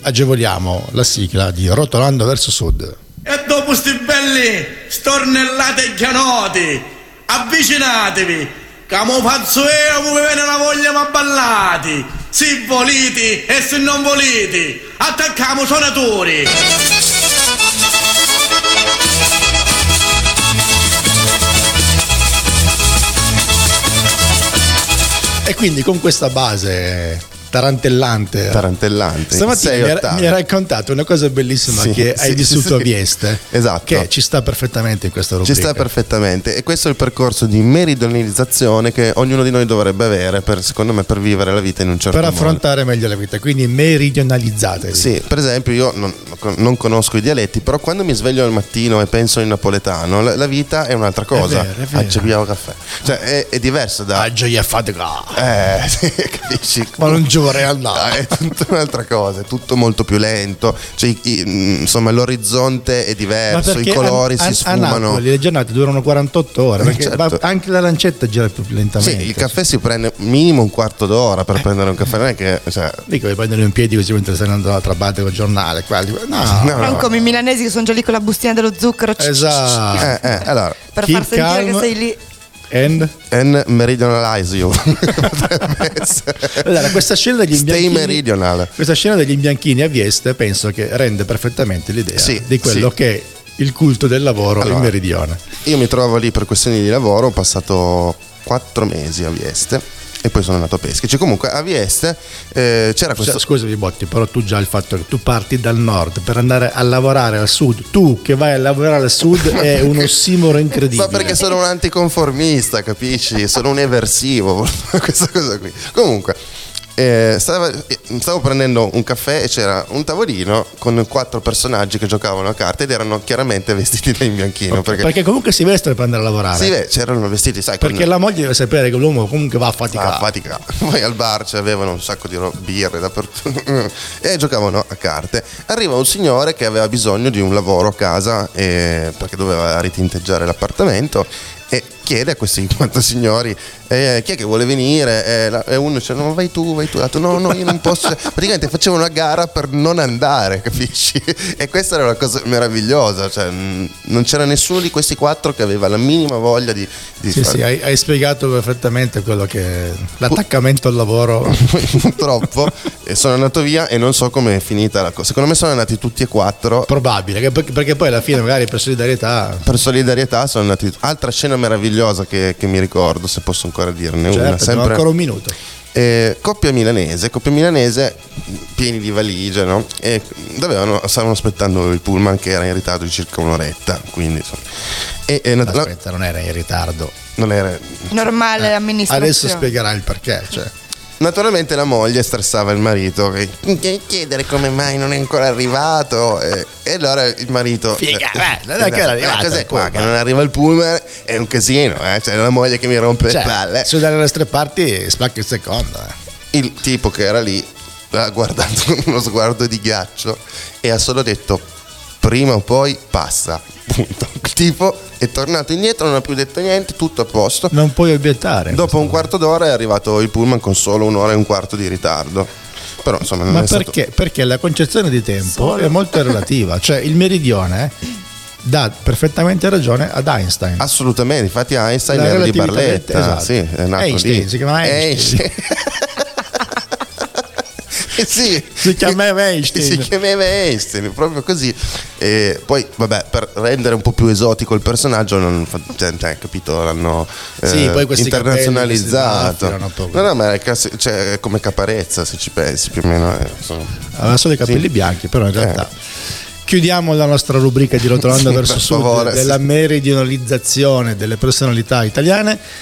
agevoliamo la sigla di Rotolando verso Sud. E dopo sti belli stornellate e chianoti, avvicinatevi, che mo faccio io, mi viene la voglia ma ballati, se volete e se non volete, attacchiamo suonatori. E quindi con questa base tarantellante stamattina mi hai raccontato una cosa bellissima, sì, che hai vissuto a Vieste, esatto, che ci sta perfettamente in questa rubrica. Ci sta perfettamente, e questo è il percorso di meridionalizzazione che ognuno di noi dovrebbe avere secondo me per vivere la vita in un certo modo, per affrontare meglio la vita, quindi meridionalizzate. Sì, per esempio io non conosco i dialetti, però quando mi sveglio al mattino e penso in napoletano, la vita è un'altra cosa. È vero. Caffè, cioè è diverso da gioia fatica, sì, capisci? Ma non andare. È tutta un'altra cosa, è tutto molto più lento, cioè, insomma l'orizzonte è diverso, i colori si sfumano. A Napoli le giornate durano 48 ore, perché certo, anche la lancetta gira più lentamente. Sì, il caffè si prende minimo un quarto d'ora per prendere un caffè, non è che dico che prendere in piedi così mentre stai andando a trabate col giornale, non come i milanesi che sono già lì con la bustina dello zucchero. Esatto. Allora, per far sentire che sei lì. And meridionalize you. Allora, questa scena degli meridionale. Questa scena degli imbianchini a Vieste penso che rende perfettamente l'idea di quello che è il culto del lavoro in Meridione. Io mi trovo lì per questioni di lavoro, ho passato 4 mesi a Vieste e poi sono andato a Peschici. Comunque a Vieste c'era questo. Scusami Botti, però tu già il fatto che tu parti dal nord per andare a lavorare al sud, tu che vai a lavorare al sud è un ossimoro incredibile. Ma perché sono un anticonformista, capisci? Sono un eversivo, questa cosa qui. Comunque stavo prendendo un caffè e c'era un tavolino con 4 personaggi che giocavano a carte ed erano chiaramente vestiti da imbianchino, perché comunque si veste per andare a lavorare. Sì, c'erano vestiti, sai, perché la moglie deve sapere che l'uomo comunque va a faticare. Poi al bar avevano un sacco di birre dappertutto e giocavano a carte. Arriva un signore che aveva bisogno di un lavoro a casa perché doveva ritinteggiare l'appartamento e chiede a questi 4 signori chi è che vuole venire, e uno dice no, vai tu, ha detto no io non posso. Praticamente facevano una gara per non andare, capisci? E questa era una cosa meravigliosa, cioè non c'era nessuno di questi 4 che aveva la minima voglia di fare. Sì, hai spiegato perfettamente quello che è l'attaccamento al lavoro. Purtroppo sono andato via e non so come è finita la cosa. Secondo me sono andati tutti e 4. Probabile, perché poi alla fine magari per solidarietà sono andati. Altra scena meravigliosa che mi ricordo, se posso ancora dirne una, sempre ancora un minuto. Coppia milanese pieni di valigie, no? E stavano aspettando il pullman che era in ritardo di circa un'oretta, quindi insomma. Aspetta, non era in ritardo, non era normale amministrazione. Adesso spiegherà il perché, cioè. Naturalmente la moglie stressava il marito che chiedere come mai non è ancora arrivato, e allora il marito non è ancora arrivato, cos'è qua che non arriva il pullman, è un casino, c'è la moglie che mi rompe le palle. Su dalle nostre parti spacca il secondo. Il tipo che era lì ha guardato con uno sguardo di ghiaccio e ha solo detto prima o poi passa, punto. Il tipo è tornato indietro, non ha più detto niente, tutto a posto. Non puoi obiettare. Dopo un quarto d'ora è arrivato il pullman con solo 1 ora e un quarto di ritardo. Però insomma non Ma è perché? stato... Perché la concezione di tempo è molto relativa, cioè il meridione dà perfettamente ragione ad Einstein. Assolutamente, infatti Einstein era di Barletta, esatto. Sì, è nato Einstein, lì. si chiama Einstein. Sì, si chiamava Einstein, proprio così. E poi vabbè, per rendere un po' più esotico il personaggio capito, l'hanno poi internazionalizzato. No, ma è come Caparezza, se ci pensi, più o meno. Aveva solo i capelli bianchi, però in realtà chiudiamo la nostra rubrica di Rotolando verso Sud della meridionalizzazione delle personalità italiane